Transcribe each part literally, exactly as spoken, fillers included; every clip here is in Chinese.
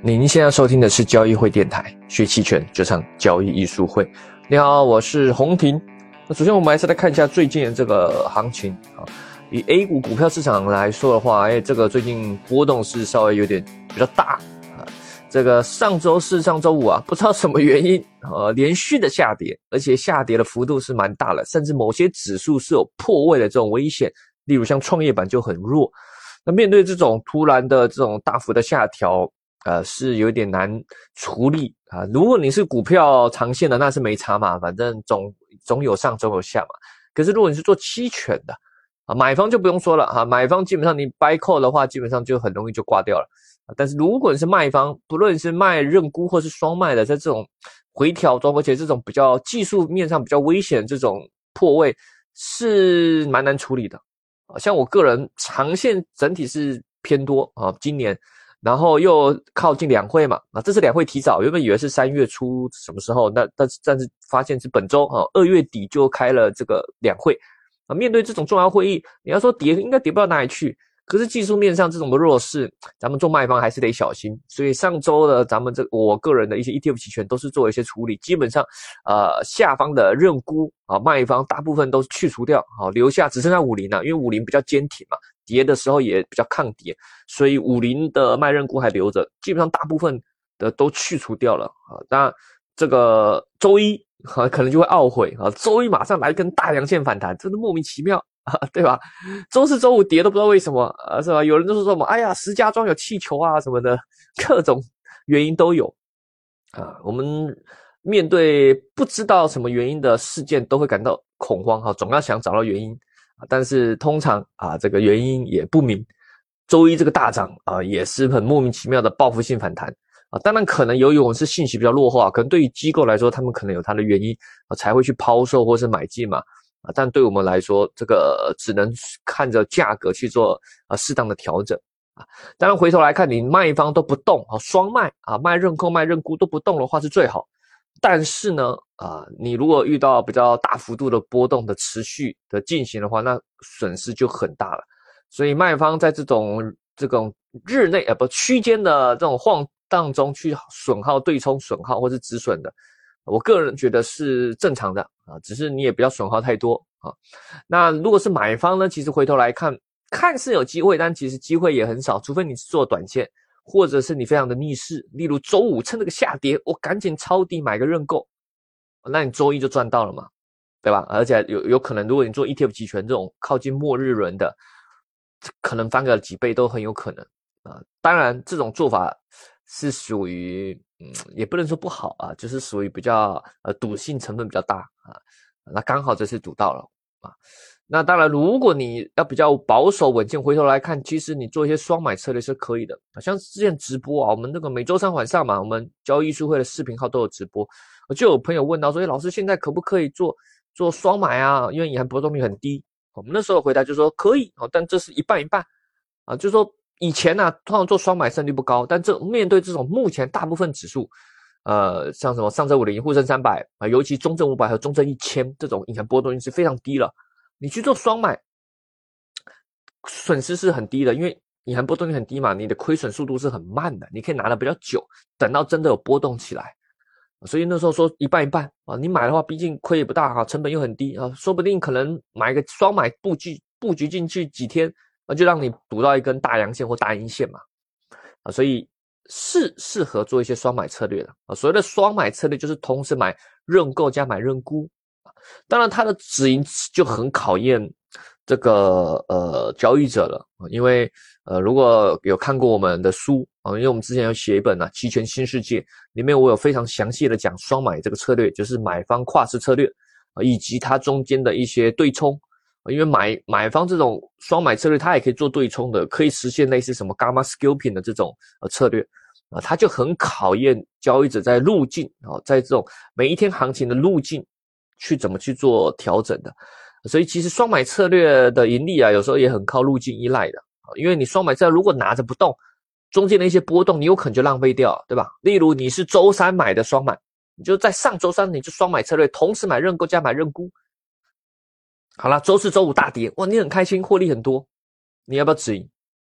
您现在收听的是交易会电台，学期权就上交易艺术会。你好，我是洪婷。那首先我们还是来看一下最近的这个行情啊。以 A 股股票市场来说的话，哎，这个最近波动是稍微有点比较大啊。这个上周四、上周五啊，不知道什么原因，呃，连续的下跌，而且下跌的幅度是蛮大的，甚至某些指数是有破位的这种危险。例如像创业板就很弱。那面对这种突然的这种大幅的下调，呃，是有点难处理啊。如果你是股票长线的，那是没差嘛，反正总总有上总有下嘛。可是如果你是做期权的啊，买方就不用说了啊，买方基本上你 buy call 的话，基本上就很容易就挂掉了。啊、但是如果你是卖方，不论是卖认沽或是双卖的，在这种回调中，而且这种比较技术面上比较危险的这种破位，是蛮难处理的。啊，像我个人长线整体是偏多啊，今年。然后又靠近两会嘛，啊，这是两会提早，原本以为是三月初什么时候，那但是但是发现是本周啊，二月底就开了这个两会啊。面对这种重要会议，你要说跌应该跌不到哪里去，可是技术面上这种的弱势，咱们做卖方还是得小心。所以上周的咱们这我个人的一些 E T F 期权都是做一些处理，基本上呃下方的认沽啊，卖方大部分都去除掉，好，留下只剩下五零了，因为五零比较坚挺嘛。跌的时候也比较抗跌，所以五零的卖认沽还留着，基本上大部分的都去除掉了啊。当然这个周一啊可能就会懊悔啊，周一马上来一根大阳线反弹，真的莫名其妙啊，对吧？周四周五跌都不知道为什么啊，是吧？有人都说什么，哎呀，石家庄有气球啊什么的，各种原因都有啊。我们面对不知道什么原因的事件，都会感到恐慌哈，总要想找到原因。但是通常啊，这个原因也不明。周一这个大涨啊，也是很莫名其妙的报复性反弹啊。当然，可能由于我们是信息比较落后啊，可能对于机构来说，他们可能有它的原因啊，才会去抛售或是买进嘛啊。但对我们来说，这个只能看着价格去做啊适当的调整啊。当然，回头来看，你卖方都不动啊，双卖啊，卖认购、卖认沽都不动的话是最好。但是呢，啊、呃，你如果遇到比较大幅度的波动的持续的进行的话，那损失就很大了。所以卖方在这种这种日内呃不区间的这种晃荡中去损耗、对冲损耗或是止损的，我个人觉得是正常的啊，只是你也不要损耗太多啊。那如果是买方呢，其实回头来看，看似有机会，但其实机会也很少，除非你是做短线。或者是你非常的逆势，例如周五趁这个下跌，我赶紧抄底买个认购，那你周一就赚到了嘛，对吧？而且有有可能，如果你做 E T F 期权这种靠近末日轮的，可能翻个几倍都很有可能啊。当然，这种做法是属于，嗯，也不能说不好啊，就是属于比较呃赌性成分比较大啊。那刚好这次赌到了啊。那当然，如果你要比较保守稳健，回头来看，其实你做一些双买策略是可以的。像之前直播啊，我们那个每周三晚上嘛，我们交易艺术会的视频号都有直播，就有朋友问到说，哎，老师现在可不可以做做双买啊？因为隐含波动率很低。我们那时候回答就说可以，但这是一半一半啊，就是说以前呢、啊，通常做双买胜率不高，但这面对这种目前大部分指数，呃，像什么上证五零、沪深三百啊，尤其中证五百和中证一千这种隐含波动率是非常低了。你去做双买，损失是很低的，因为隐含波动率很低嘛，你的亏损速度是很慢的，你可以拿的比较久，等到真的有波动起来。所以那时候说一半一半啊，你买的话，毕竟亏也不大啊，成本又很低啊，说不定可能买个双买布局布局进去几天，那就让你赌到一根大阳线或大阴线嘛啊，所以是适合做一些双买策略的啊。所谓的双买策略就是同时买认购加买认沽。当然它的止盈就很考验这个呃交易者了，因为呃如果有看过我们的书啊，因为我们之前有写一本啊期权新世界，里面我有非常详细的讲双买这个策略，就是买方跨式策略啊，以及它中间的一些对冲，因为买买方这种双买策略它也可以做对冲的，可以实现类似什么 gamma scalping 的这种呃策略啊，它就很考验交易者在路径啊，在这种每一天行情的路径去怎么去做调整的。所以其实双买策略的盈利啊，有时候也很靠路径依赖的，因为你双买策略如果拿着不动，中间的一些波动你有可能就浪费掉，对吧？例如你是周三买的双买，你就在上周三你就双买策略，同时买认购加买认沽，好了，周四周五大跌，哇，你很开心，获利很多，你要不要止盈？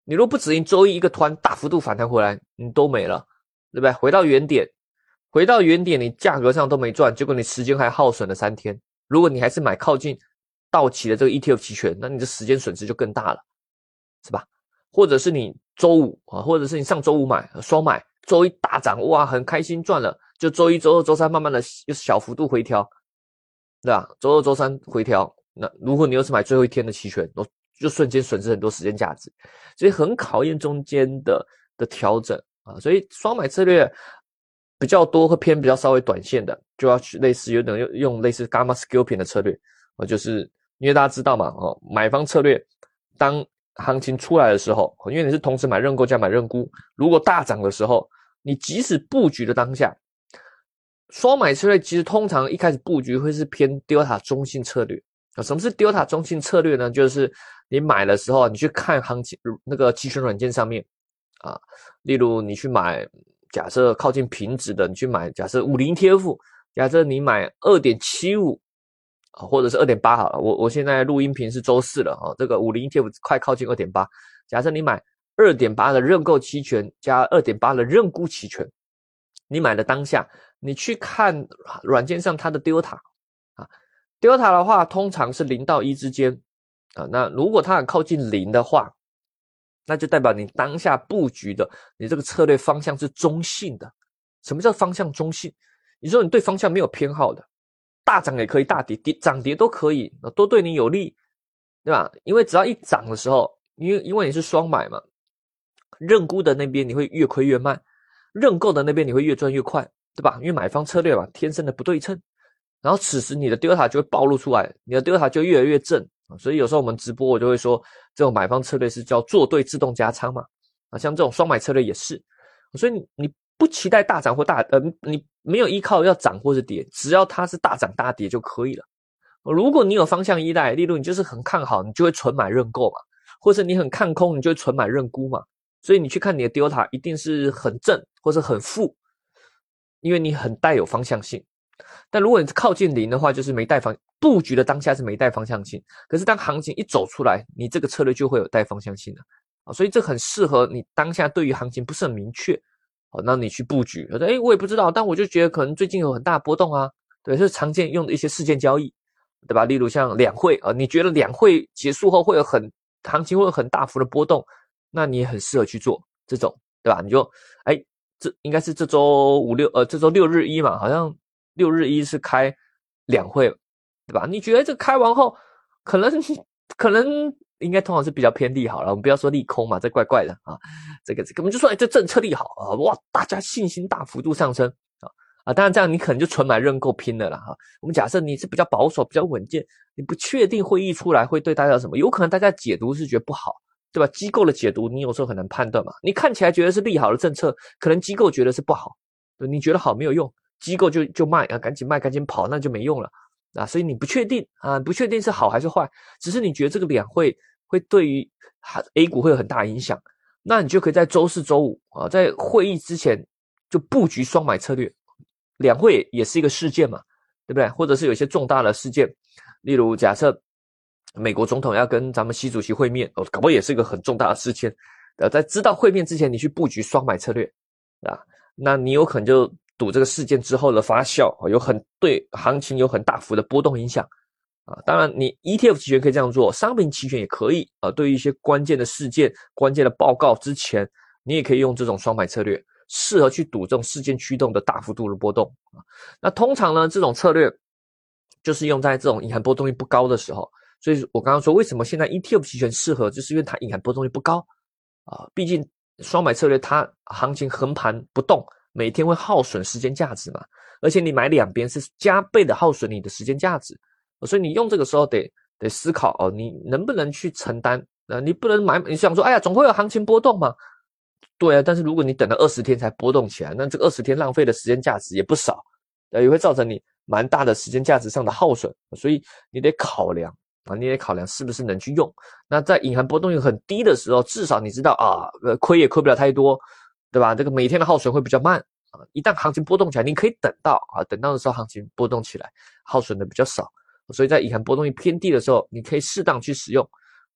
你若不止因周一一个突然大幅度反弹回来，你都没了，对不对？回到原点，回到原点，你价格上都没赚，结果你时间还耗损了三天。如果你还是买靠近到期的这个 E T F 期权，那你的时间损失就更大了，是吧？或者是你周五啊，或者是你上周五买双买，周一大涨，哇，很开心赚了，就周一、周二、周三慢慢的小幅度回调，对吧？周二、周三回调，那如果你又是买最后一天的期权，就瞬间损失很多时间价值，所以很考验中间的的调整啊。所以双买策略比较多，会偏比较稍微短线的，就要去类似有点用用类似 gamma scalping 的策略啊，就是因为大家知道嘛，哦，买方策略当行情出来的时候，因为你是同时买认购加买认沽，如果大涨的时候，你即使布局的当下，双买策略其实通常一开始布局会是偏 delta 中性策略。什么是 delta 中性策略呢？就是你买的时候，你去看行情那个期权软件上面啊，例如你去买，假设靠近平值的，你去买假设五零 E T F， 假设你买 二点七五 啊，或者是 二点八 好了，我我现在录音频是周四了啊，这个五零 E T F 快靠近 二点八， 假设你买 二点八 的认购期权加 二点八 的认沽期权，你买的当下，你去看软件上它的 delta 啊。delta 的话通常是零到一之间啊，那如果它很靠近零的话，那就代表你当下布局的你这个策略方向是中性的。什么叫方向中性？你说你对方向没有偏好的，大涨也可以，大跌跌涨跌都可以，都对你有利，对吧？因为只要一涨的时候，因为因为你是双买嘛，认沽的那边你会越亏越慢，认购的那边你会越赚越快，对吧？因为买方策略嘛，天生的不对称。然后此时你的 delta 就会暴露出来，你的 delta 就越来越正，所以有时候我们直播我就会说，这种买方策略是叫做对自动加仓嘛，啊，像这种双买策略也是，所以你你不期待大涨或大呃，你没有依靠要涨或是跌，只要它是大涨大跌就可以了。如果你有方向依赖，例如你就是很看好，你就会纯买认购嘛，或者你很看空，你就会纯买认沽嘛，所以你去看你的 delta 一定是很正或是很负，因为你很带有方向性。但如果你靠近零的话，就是没带方布局的当下是没带方向性。可是当行情一走出来，你这个策略就会有带方向性的啊，所以这很适合你当下对于行情不是很明确，好，那你去布局。哎，我也不知道，但我就觉得可能最近有很大波动啊，对，是常见用的一些事件交易，对吧？例如像两会啊，你觉得两会结束后会有很行情会有很大幅的波动，那你也很适合去做这种，对吧？你就哎，这应该是这周五六呃，这周六日一嘛，好像。六日一是开两会，对吧？你觉得这开完后，可能可能应该通常是比较偏利好了，我们不要说利空嘛，这怪怪的啊。这个这个我们就说，哎，这政策利好啊，哇，大家信心大幅度上升啊啊！当然这样你可能就纯买认购拼了啦哈。我们假设你是比较保守、比较稳健，你不确定会议出来会对大家有什么，有可能大家解读是觉得不好，对吧？机构的解读你有时候很难判断嘛，你看起来觉得是利好的政策，可能机构觉得是不好，对，你觉得好没有用。机构就就卖啊，赶紧卖，赶紧跑，那就没用了啊！所以你不确定啊，不确定是好还是坏，只是你觉得这个两会会对于 A 股会有很大影响，那你就可以在周四周五啊，在会议之前就布局双买策略。两会也是一个事件嘛，对不对？或者是有一些重大的事件，例如假设美国总统要跟咱们习主席会面，哦，搞不好也是一个很重大的事件。呃，在知道会面之前，你去布局双买策略啊，那你有可能就赌这个事件之后的发酵，有很对行情有很大幅的波动影响啊。当然，你 E T F 期权可以这样做，商品期权也可以啊。对于一些关键的事件、关键的报告之前，你也可以用这种双买策略，适合去赌这种事件驱动的大幅度的波动啊。那通常呢，这种策略就是用在这种隐含波动率不高的时候。所以我刚刚说，为什么现在 E T F 期权适合，就是因为它隐含波动率不高啊。毕竟双买策略它行情横盘不动。每天会耗损时间价值嘛，而且你买两边是加倍的耗损你的时间价值，所以你用这个时候得得思考哦，你能不能去承担？呃，你不能买，你想说，哎呀，总会有行情波动嘛？对啊，但是如果你等了二十天才波动起来，那这个二十天浪费的时间价值也不少，呃，也会造成你蛮大的时间价值上的耗损，所以你得考量啊，你得考量是不是能去用。那在隐含波动率很低的时候，至少你知道啊，呃，亏也亏不了太多。对吧？这个每天的耗损会比较慢啊，一旦行情波动起来，你可以等到啊，等到的时候行情波动起来，耗损的比较少，所以在隐含波动率偏低的时候，你可以适当去使用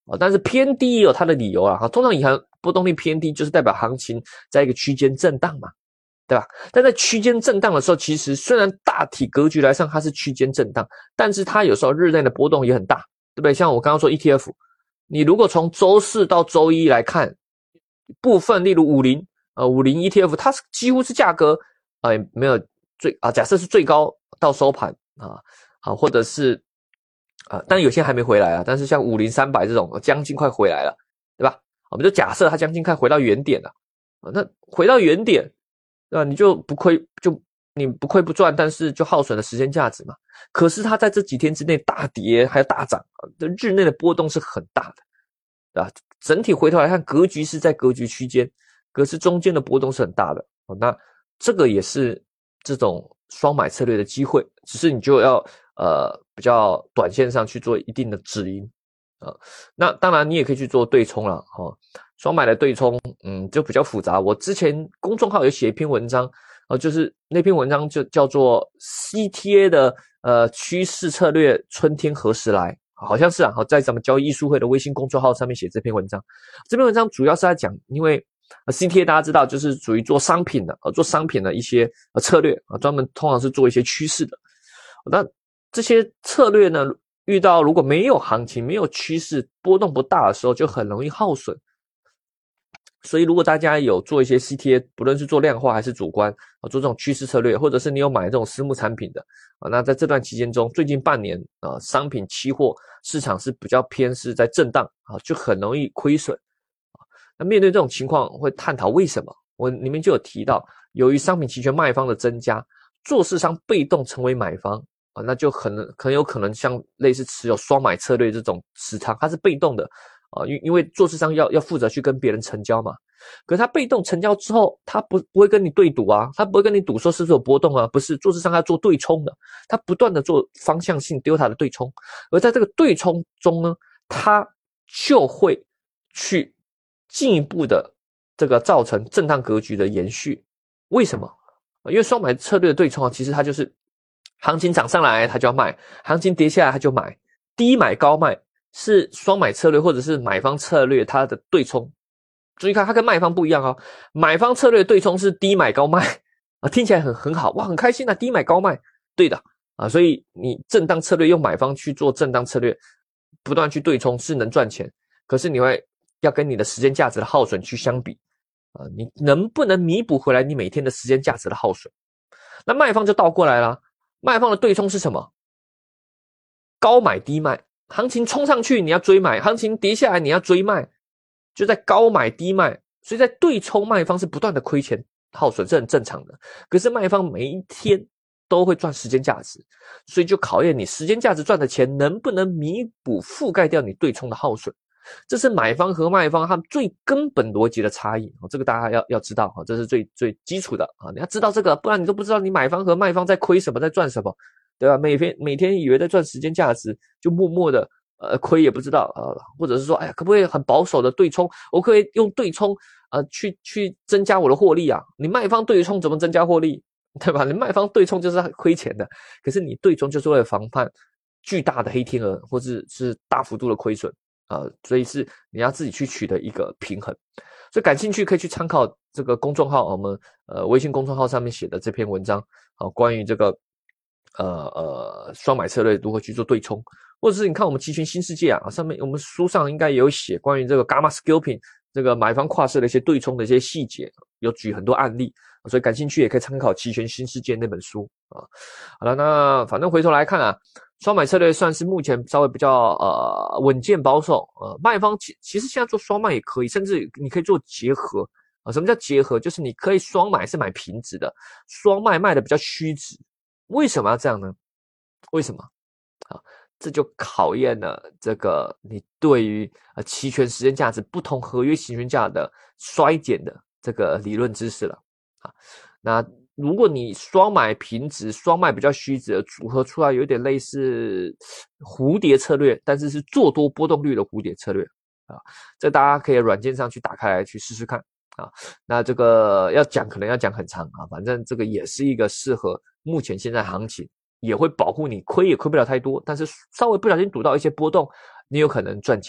啊，但是偏低也有它的理由啊。哈，通常银行波动率偏低，就是代表行情在一个区间震荡嘛，对吧？但在区间震荡的时候，其实虽然大体格局来上它是区间震荡，但是它有时候日内的波动也很大，对不对？像我刚刚说 E T F， 你如果从周四到周一来看，部分例如五零呃五零 E T F， 它是几乎是价格呃没有最啊，假设是最高到收盘啊，好，或者是啊，但有些还没回来啊。但是像五零三百这种将近快回来了，对吧？我们就假设它将近快回到原点了啊，那回到原点，对吧？你就不亏，就你不亏不赚，但是就耗损了时间价值嘛。可是它在这几天之内大跌还有大涨啊，这日内的波动是很大的，对吧？整体回头来看，格局是在格局区间，可是中间的波动是很大的。那这个也是这种双买策略的机会，只是你就要呃比较短线上去做一定的止盈啊、呃。那当然你也可以去做对冲了哈、哦。双买的对冲，嗯，就比较复杂。我之前公众号有写一篇文章，呃，就是那篇文章就叫做 C T A 的呃趋势策略，春天何时来？好像是啊，好，在咱们交易艺术会的微信公众号上面写这篇文章。这篇文章主要是在讲，因为 C T A 大家知道就是属于做商品的，呃，做商品的一些呃策略啊，专门通常是做一些趋势的。那这些策略呢，遇到如果没有行情、没有趋势、波动不大的时候，就很容易耗损。所以如果大家有做一些 C T A， 不论是做量化还是主观啊，做这种趋势策略，或者是你有买这种私募产品的啊，那在这段期间中，最近半年啊，商品期货市场是比较偏是在震荡啊，就很容易亏损啊。那面对这种情况，会探讨为什么？我里面就有提到，由于商品期权卖方的增加，做市商被动成为买方啊，那就很很有可能像类似持有双买策略这种持仓，它是被动的。啊，因因为做市商要要负责去跟别人成交嘛，可是他被动成交之后，他不不会跟你对赌啊，他不会跟你赌说是不是有波动啊，不是，做市商要做对冲的，他不断的做方向性丢他的对冲，而在这个对冲中呢，他就会去进一步的这个造成震荡格局的延续。为什么？因为双买策略的对冲啊，其实它就是行情涨上来他就要卖，行情跌下来他就买，低买高卖。是双买策略或者是买方策略它的对冲，注意看它跟卖方不一样哦。买方策略对冲是低买高卖啊，听起来很很好哇，很开心啊，低买高卖，对的啊，所以你震荡策略用买方去做震荡策略，不断去对冲是能赚钱，可是你会要跟你的时间价值的耗损去相比啊，你能不能弥补回来你每天的时间价值的耗损？那卖方就倒过来了，卖方的对冲是什么？高买低卖。行情冲上去你要追买，行情跌下来你要追卖，就在高买低卖，所以在对冲卖方是不断的亏钱耗损，是很正常的。可是卖方每一天都会赚时间价值，所以就考验你时间价值赚的钱能不能弥补覆盖掉你对冲的耗损。这是买方和卖方他们最根本逻辑的差异，这个大家要要知道，这是最最基础的啊！你要知道这个，不然你都不知道你买方和卖方在亏什么，在赚什么。对吧？每天每天以为在赚时间价值，就默默的呃亏也不知道啊、呃，或者是说，哎呀，可不可以很保守的对冲？我可以用对冲呃去去增加我的获利啊？你卖方对冲怎么增加获利？对吧？你卖方对冲就是亏钱的，可是你对冲就是为了防范巨大的黑天鹅或者是大幅度的亏损啊、呃，所以是你要自己去取得一个平衡。所以感兴趣可以去参考这个公众号，我们呃微信公众号上面写的这篇文章啊、呃，关于这个。呃呃，双买策略如何去做对冲，或者是你看我们期权新世界啊，上面我们书上应该也有写关于这个 gamma scalping 这个买方跨市的一些对冲的一些细节，有举很多案例，所以感兴趣也可以参考期权新世界那本书啊。好了，那反正回头来看啊，双买策略算是目前稍微比较呃稳健保守，呃卖方其其实现在做双卖也可以，甚至你可以做结合啊。什么叫结合？就是你可以双买是买平值的，双卖卖的比较虚值。为什么要这样呢？为什么？啊，这就考验了这个你对于呃期权时间价值不同合约期权价的衰减的这个理论知识了啊。那如果你双买平值、双卖比较虚值的组合出来，有点类似蝴蝶策略，但是是做多波动率的蝴蝶策略啊。这大家可以软件上去打开来去试试看。啊，那这个要讲可能要讲很长啊，反正这个也是一个适合目前现在行情，也会保护你亏也亏不了太多，但是稍微不小心赌到一些波动，你有可能赚钱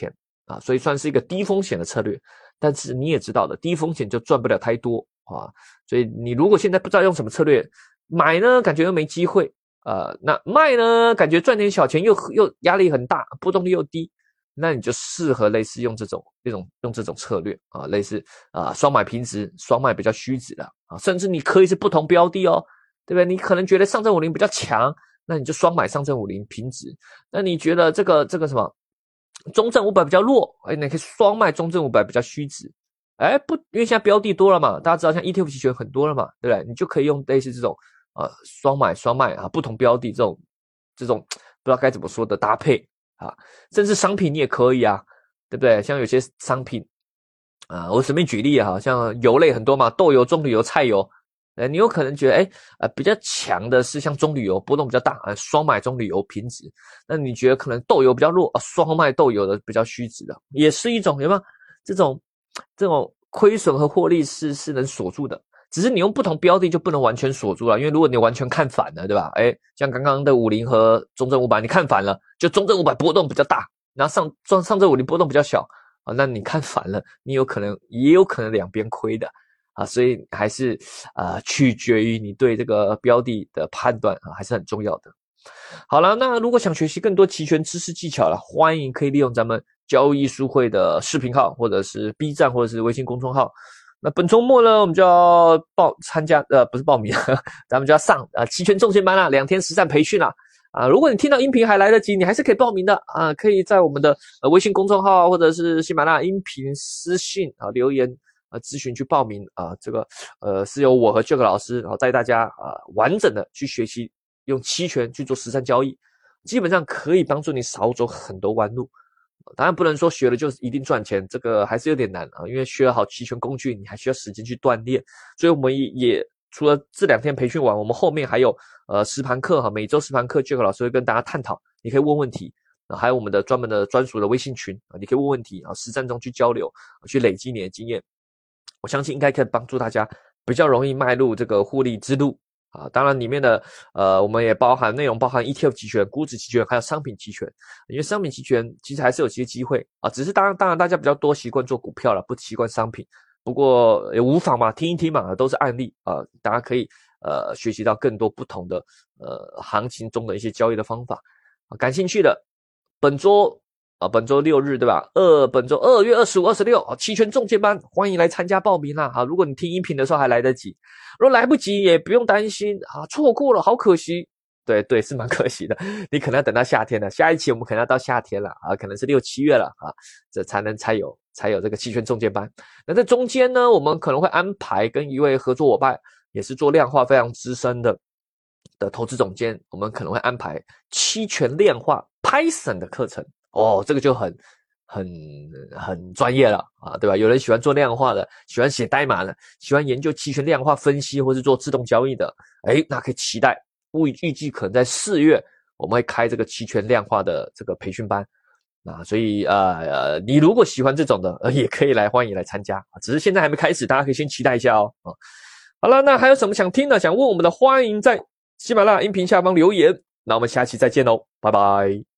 啊，所以算是一个低风险的策略。但是你也知道的，低风险就赚不了太多啊，所以你如果现在不知道用什么策略，买呢感觉又没机会，呃，那卖呢感觉赚点小钱又又压力很大，波动率又低，那你就适合类似用这种这种用这种策略啊，类似啊双买平值，双卖比较虚值的啊，甚至你可以是不同标的哦，对不对？你可能觉得上证五零比较强，那你就双买上证五零平值，那你觉得这个这个什么中证五百比较弱，哎，你可以双卖中证五百比较虚值。哎，不，因为现在标的多了嘛，大家知道像 E T F 期权很多了嘛，对不对？你就可以用类似这种呃双买双卖啊，不同标的这种这种不知道该怎么说的搭配啊，甚至商品你也可以啊，对不对？像有些商品啊，我随便举例啊，像油类很多嘛，豆油、棕榈油、菜油，呃，你有可能觉得哎呃比较强的是像棕榈油，波动比较大啊，双买棕榈油平值。那你觉得可能豆油比较弱啊，双卖豆油的比较虚值的，也是一种有没有？这种这种亏损和获利是是能锁住的，只是你用不同标的就不能完全锁住了，因为如果你完全看反了，对吧？哎，像刚刚的五零和中证五百，你看反了，就中证五百波动比较大，然后上上上证五零波动比较小啊，那你看反了，你有可能也有可能两边亏的啊，所以还是啊、呃、取决于你对这个标的的判断啊，还是很重要的。好了，那如果想学习更多期权知识技巧了，欢迎可以利用咱们交易艺术会的视频号，或者是 B 站，或者是微信公众号。那本周末呢，我们就要报参加，呃，不是报名，呵呵咱们就要上啊期权重线班啦，两天实战培训啦。啊，如果你听到音频还来得及，你还是可以报名的啊，可以在我们的呃微信公众号或者是喜马拉雅音频私信啊留言啊咨询去报名啊，这个呃是由我和 Jack 老师然后带大家啊完整的去学习。用期权去做实战交易，基本上可以帮助你少走很多弯路。当然不能说学了就一定赚钱，这个还是有点难啊，因为学好期权工具，你还需要时间去锻炼。所以我们也除了这两天培训完，我们后面还有呃实盘课哈，每周实盘课 Jack 老师会跟大家探讨，你可以问问题啊，还有我们的专门的专属的微信群啊，你可以问问题啊，实战中去交流，去累积你的经验。我相信应该可以帮助大家比较容易迈入这个获利之路。啊，当然里面的呃，我们也包含内容，包含 E T F 期权、股指期权，还有商品期权。因为商品期权其实还是有些机会啊，只是当然当然大家比较多习惯做股票了，不习惯商品。不过也无妨嘛，听一听嘛，都是案例啊，大家可以呃学习到更多不同的呃行情中的一些交易的方法。啊，感兴趣的，本周。啊，本周六日对吧？二本周二月二十五、二十六啊，期权重剑班，欢迎来参加报名啦！啊，如果你听音频的时候还来得及，如果来不及也不用担心啊，错过了好可惜。对对，是蛮可惜的，你可能要等到夏天了，下一期我们可能要到夏天了啊，可能是六七月了啊，这才能才有才有这个期权重剑班。那在中间呢，我们可能会安排跟一位合作伙伴，也是做量化非常资深的的投资总监，我们可能会安排期权量化 Python 的课程。哦，这个就很很很专业了啊，对吧？有人喜欢做量化的，喜欢写代码的，喜欢研究期权量化分析，或是做自动交易的，诶，那可以期待，预预计可能在四月我们会开这个期权量化的这个培训班啊，所以呃呃，你如果喜欢这种的，呃，也可以来欢迎来参加，只是现在还没开始，大家可以先期待一下哦。啊，好了，那还有什么想听的、想问我们的，欢迎在喜马拉雅音频下方留言。那我们下期再见喽，拜拜。